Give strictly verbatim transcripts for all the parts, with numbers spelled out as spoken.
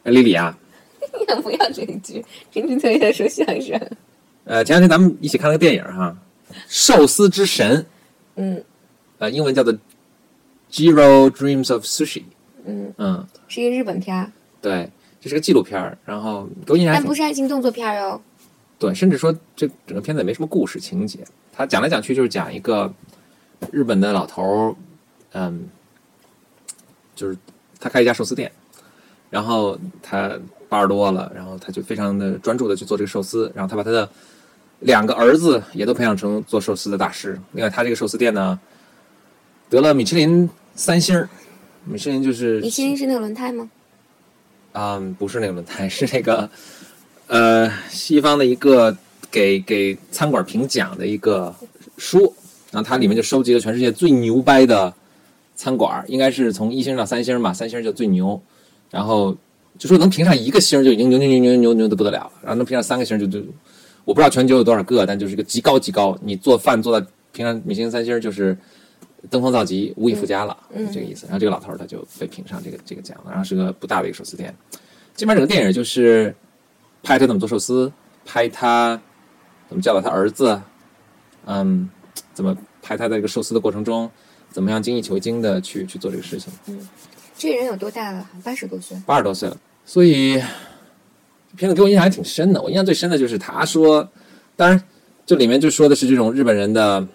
莉莉啊， 你要不要这一句？真是特别想说相声。 呃，前两天咱们一起看了个电影哈，《寿司之神》， 嗯， 呃，英文叫做《Jiro Dreams of Sushi》。 嗯嗯， 是一个日本片儿。 对，这是个纪录片，然后给我印象还挺， 但不是爱情动作片哦。 对，甚至说这整个片子也没什么故事情节，他讲来讲去就是讲一个日本的老头，嗯，就是他开一家寿司店，然后他八十多了，然后他就非常的专注的去做这个寿司，然后他把他的两个儿子也都培养成做寿司的大师。另外，他这个寿司店呢得了米其林三星，米其林就是米其林是那个轮胎吗？ 嗯，不是那个轮胎，是那个呃西方的一个给给餐馆评奖的一个书，然后它里面就收集了全世界最牛掰的餐馆，应该是从一星到三星吧，三星就最牛，然后就说能评上一个星就已经牛牛牛牛牛牛的不得了了，然后能评上三个星就就我不知道全球有多少个，但就是一个极高极高，你做饭做到评上米其林三星就是登峰造极，无以复加了， 嗯、 这个意思。然后这个老头他就被评上这个这个奖了，然后是个不大的一个寿司店。基本上整个电影就是拍他怎么做寿司，拍他怎么教导他儿子，嗯，怎么拍他在这个寿司的过程中，怎么样精益求精的去去做这个事情。 嗯，这个人有多大了？八十多岁。 八十多岁了，所以片子给我印象还挺深的。我印象最深的就是他说，当然这里面就说的是这种日本人的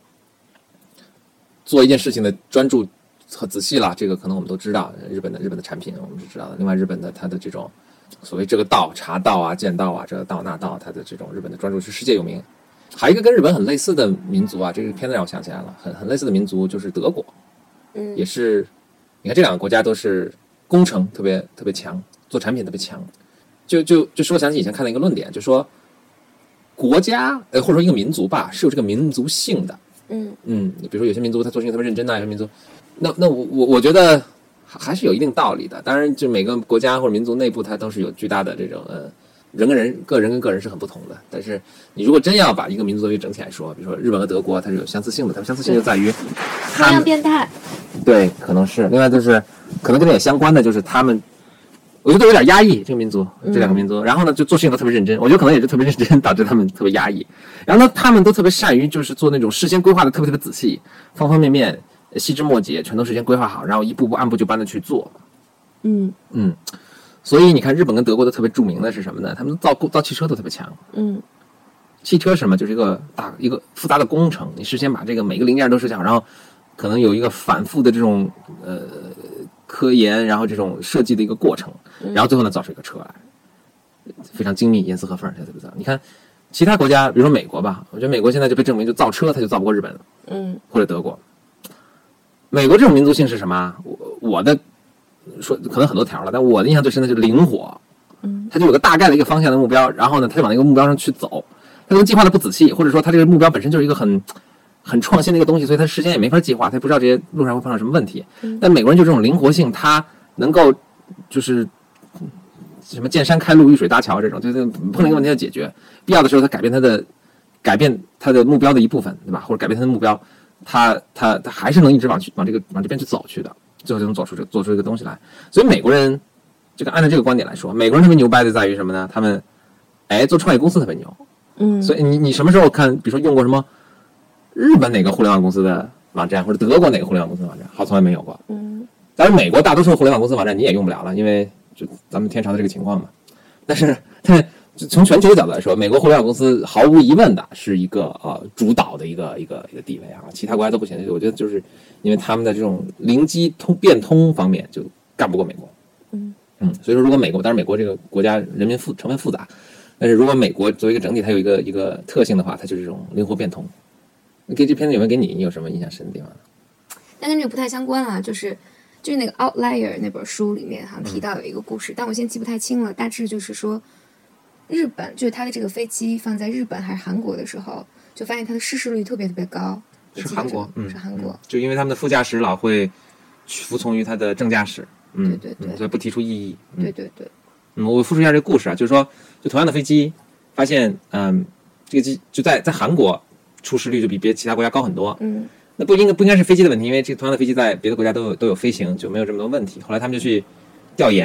做一件事情的专注和仔细了，这个可能我们都知道，日本的日本的产品我们是知道的。另外，日本的它的这种所谓这个道茶道啊、剑道啊、这个道那道，它的这种日本的专注是世界有名。还有一个跟日本很类似的民族啊，这个片子让我想起来了，很很类似的民族就是德国， 嗯， 也是你看这两个国家都是工程特别特别强，做产品特别强。就就就说想起以前看的一个论点，就说国家呃或者说一个民族吧是有这个民族性的。 嗯嗯，比如说有些民族他做事情特别认真啊，有些民族，那那我我我觉得还是有一定道理的。当然，就每个国家或者民族内部，它都是有巨大的这种呃人跟人、个人跟个人是很不同的。但是你如果真要把一个民族作为整体来说，比如说日本和德国，它是有相似性的，它们相似性就在于同样变态。 对，可能是。另外就是可能跟这也相关的就是他们。我觉得有点压抑，这个民族，这两个民族，嗯、然后呢，就做事情都特别认真。我觉得可能也是特别认真，导致他们特别压抑。然后呢，他们都特别善于就是做那种事先规划的特别特别仔细，方方面面、细枝末节全都事先规划好，然后一步步按部就班的去做。 嗯嗯，所以你看，日本跟德国都特别著名的是什么呢？他们造造汽车都特别强。 嗯， 汽车是什么？就是一个大一个复杂的工程，你事先把这个每个零件都设计好，然后可能有一个反复的这种呃。科研，然后这种设计的一个过程，然后最后呢造出一个车来，非常精密，严丝合缝，对不对？你看其他国家，比如说美国吧，我觉得美国现在就被证明，就造车它就造不过日本， 嗯， 或者德国。美国这种民族性是什么？我我的说可能很多条了，但我的印象最深的就是灵活， 嗯， 它就有个大概的一个方向的目标，然后呢，它就往那个目标上去走，它可能计划的不仔细，或者说它这个目标本身就是一个很。很创新的一个东西，所以他时间也没法计划，他不知道这些路上会碰到什么问题。 嗯、 但美国人就这种灵活性，他能够就是什么见山开路、遇水搭桥这种，就是碰到一个问题要解决，必要的时候他改变他的改变他的目标的一部分，对吧？或者改变他的目标，他他他还是能一直往去往这个往这边去走去的，最后就能做出这做出这个东西来。所以美国人这个按照这个观点来说，美国人特别牛掰的在于什么呢？他们哎做创业公司特别牛， 嗯， 所以你你什么时候看，比如说用过什么？日本哪个互联网公司的网站，或者德国哪个互联网公司的网站，好，从来没有过。 嗯， 当然，美国大多数互联网公司网站你也用不了了，因为就咱们天朝的这个情况嘛。但是，但是从全球的角度来说，美国互联网公司毫无疑问的是一个呃主导的一个一个一个地位啊，其他国家都不行。我觉得就是因为他们的这种灵机通变通方面就干不过美国。 嗯嗯，所以说如果美国，当然美国这个国家人民复成分复杂，但是如果美国作为一个整体，它有一个一个特性的话，它就是这种灵活变通。给这片子有没有给你有什么印象深的地方呢？ 但跟这个不太相关了，就是就是那个《Outlier》那本书里面好像提到有一个故事，嗯、但我现在记不太清了。大致就是说，日本就是它的这个飞机放在日本还是韩国的时候，就发现它的失事率特别特别高。 是韩国，嗯， 是韩国、嗯， 就因为他们的副驾驶老会服从于他的正驾驶，嗯， 对对对， 嗯、所以不提出异议。 嗯、对对对， 嗯，我复述一下这个故事啊，就是说，就同样的飞机，发现，嗯，这个机就在在韩国。出事率就比别其他国家高很多， 嗯， 那不应该不应该是飞机的问题，因为这同样的飞机在别的国家都有都有飞行，就没有这么多问题。后来他们就去调研，后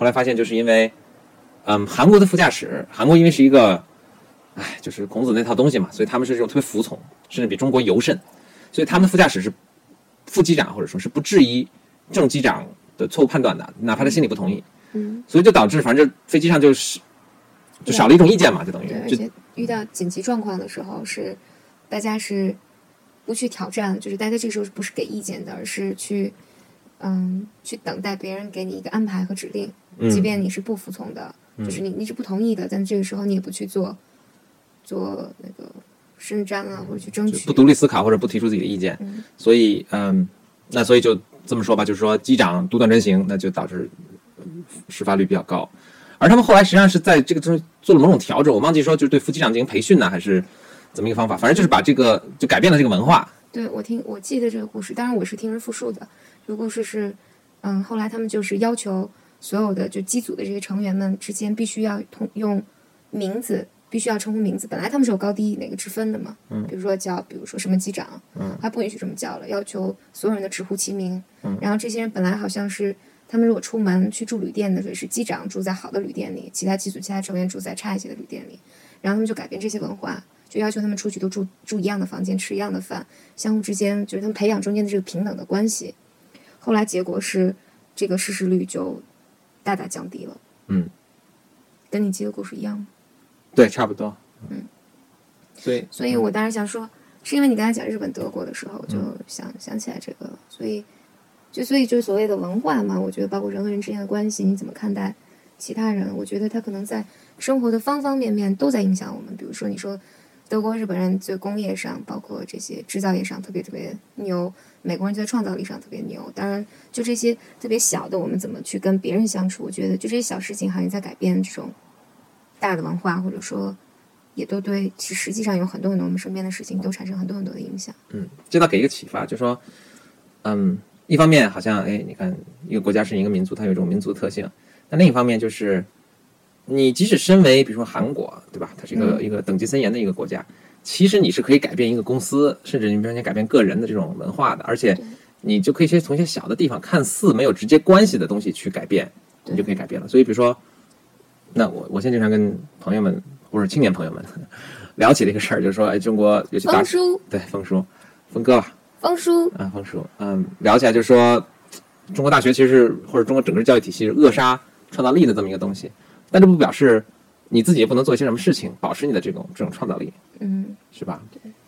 后来发现就是因为，嗯，韩国的副驾驶，韩国因为是一个，哎，就是孔子那套东西嘛，所以他们是这种特别服从，甚至比中国尤甚，所以他们的副驾驶是副机长或者说是不质疑正机长的错误判断的，哪怕他心里不同意。 嗯， 所以就导致反正飞机上就是就少了一种意见嘛，就等于。 对，而且遇到紧急状况的时候是大家是不去挑战，就是大家这个时候不是给意见的，而是去嗯去等待别人给你一个安排和指令， 嗯、 即便你是不服从的， 嗯、 就是你你是不同意的，但这个时候你也不去做做那个伸张啊，或者去争取， 不独立思考或者不提出自己的意见。 嗯、 所以嗯，那所以就这么说吧，就是说机长独断专行，那就导致事发率比较高。而他们后来实际上是在这个中做了某种调整，我忘记说就是对副机长进行培训呢，还是怎么一个方法，反正就是把这个就改变了这个文化。 对，我听我记得这个故事，当然我是听人复述的。这个故事是，嗯，后来他们就是要求所有的就机组的这些成员们之间必须要通用名字，必须要称呼名字。本来他们是有高低哪个之分的嘛， 嗯， 比如说叫，比如说什么机长， 嗯， 他不允许这么叫了，要求所有人的直呼其名。 嗯， 然后这些人本来好像是他们如果出门去住旅店的时候，是机长住在好的旅店里，其他机组其他成员住在差一些的旅店里，然后他们就改变这些文化。就要求他们出去都住住一样的房间，吃一样的饭，相互之间就是他们培养中间的这个平等的关系。后来结果是，这个失事率就大大降低了。 嗯， 跟你记的故事一样吗？ 对，差不多。 嗯， 所以， 所以我当时想说，是因为你刚才讲日本、德国的时候，我就想、 嗯、 想起来这个了。所以，就所以就是所谓的文化嘛，我觉得包括人和人之间的关系，你怎么看待其他人？我觉得他可能在生活的方方面面都在影响我们。比如说，你说。德国、日本人在工业上，包括这些制造业上特别特别牛，美国人在创造力上特别牛。当然，就这些特别小的，我们怎么去跟别人相处，我觉得就这些小事情，好像在改变这种大的文化，或者说也都对，其实实际上有很多很多我们身边的事情都产生很多很多的影响。 嗯，这倒给一个启发，就是说，嗯，一方面好像，哎，你看一个国家是一个民族，它有一种民族特性；但另一方面就是。你即使身为比如说韩国，对吧？它是一个、嗯、一个等级森严的一个国家，其实你是可以改变一个公司，甚至你比如说改变个人的这种文化的，而且你就可以先从一些小的地方，看似没有直接关系的东西去改变，你就可以改变了。所以比如说，那我我现在经常跟朋友们或者青年朋友们聊起这个事儿，就是说，哎，中国尤其大风叔， 对风叔，峰哥吧， 风叔啊，风叔，嗯，聊起来就是说，中国大学其实是或者中国整个教育体系是扼杀创造力的这么一个东西。但这不表示你自己也不能做一些什么事情，保持你的这种这种创造力， 嗯， 是吧？ 对。